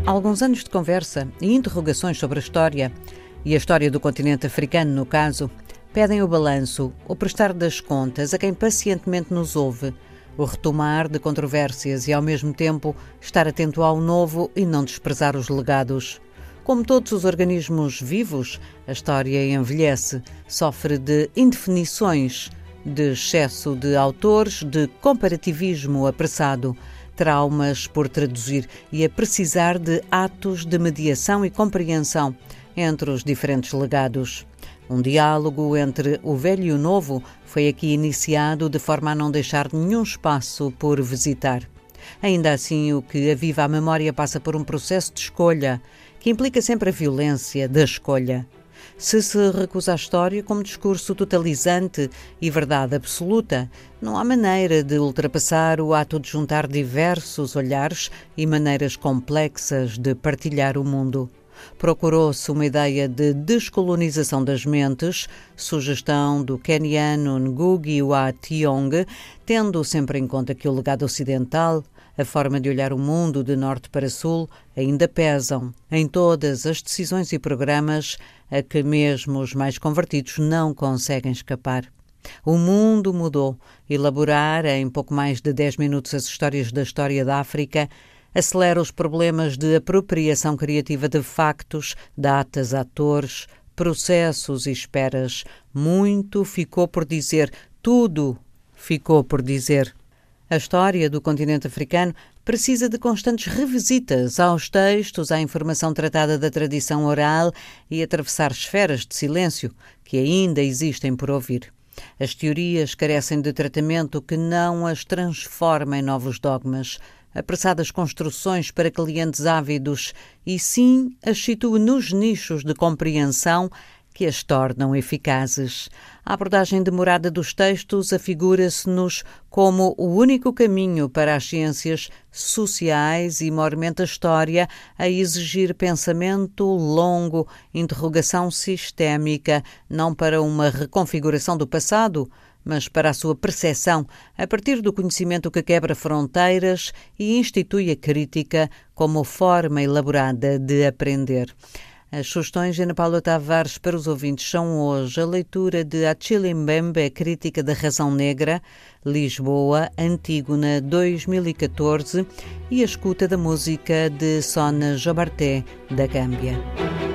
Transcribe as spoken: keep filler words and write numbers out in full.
Alguns anos de conversa e interrogações sobre a história, e a história do continente africano, no caso, pedem o balanço, o prestar das contas a quem pacientemente nos ouve, o retomar de controvérsias e, ao mesmo tempo, estar atento ao novo e não desprezar os legados. Como todos os organismos vivos, a história envelhece, sofre de indefinições, de excesso de autores, de comparativismo apressado, traumas por traduzir e a precisar de atos de mediação e compreensão entre os diferentes legados. Um diálogo entre o velho e o novo foi aqui iniciado de forma a não deixar nenhum espaço por visitar. Ainda assim, o que aviva a memória passa por um processo de escolha, que implica sempre a violência da escolha. Se se recusa a história como discurso totalizante e verdade absoluta, não há maneira de ultrapassar o ato de juntar diversos olhares e maneiras complexas de partilhar o mundo. Procurou-se uma ideia de descolonização das mentes, sugestão do queniano Ngugi wa Thiong'o, tendo sempre em conta que o legado ocidental, a forma de olhar o mundo de norte para sul, ainda pesam em todas as decisões e programas a que mesmo os mais convertidos não conseguem escapar. O mundo mudou. Elaborar em pouco mais de dez minutos as histórias da história da África acelera os problemas de apropriação criativa de factos, datas, atores, processos e esperas. Muito ficou por dizer, tudo ficou por dizer. A história do continente africano precisa de constantes revisitas aos textos, à informação tratada da tradição oral e atravessar esferas de silêncio que ainda existem por ouvir. As teorias carecem de tratamento que não as transforma em novos dogmas, apressadas construções para clientes ávidos, e sim as situa nos nichos de compreensão que as tornam eficazes. A abordagem demorada dos textos afigura-se-nos como o único caminho para as ciências sociais e mormente a história a exigir pensamento longo, interrogação sistémica, não para uma reconfiguração do passado, mas para a sua percepção, a partir do conhecimento que quebra fronteiras e institui a crítica como forma elaborada de aprender. As sugestões de Ana Paula Tavares para os ouvintes são hoje a leitura de Achille Mbembe, Crítica da Razão Negra, Lisboa, Antígona, dois mil e catorze, e a escuta da música de Sona Jobarté, da Gâmbia.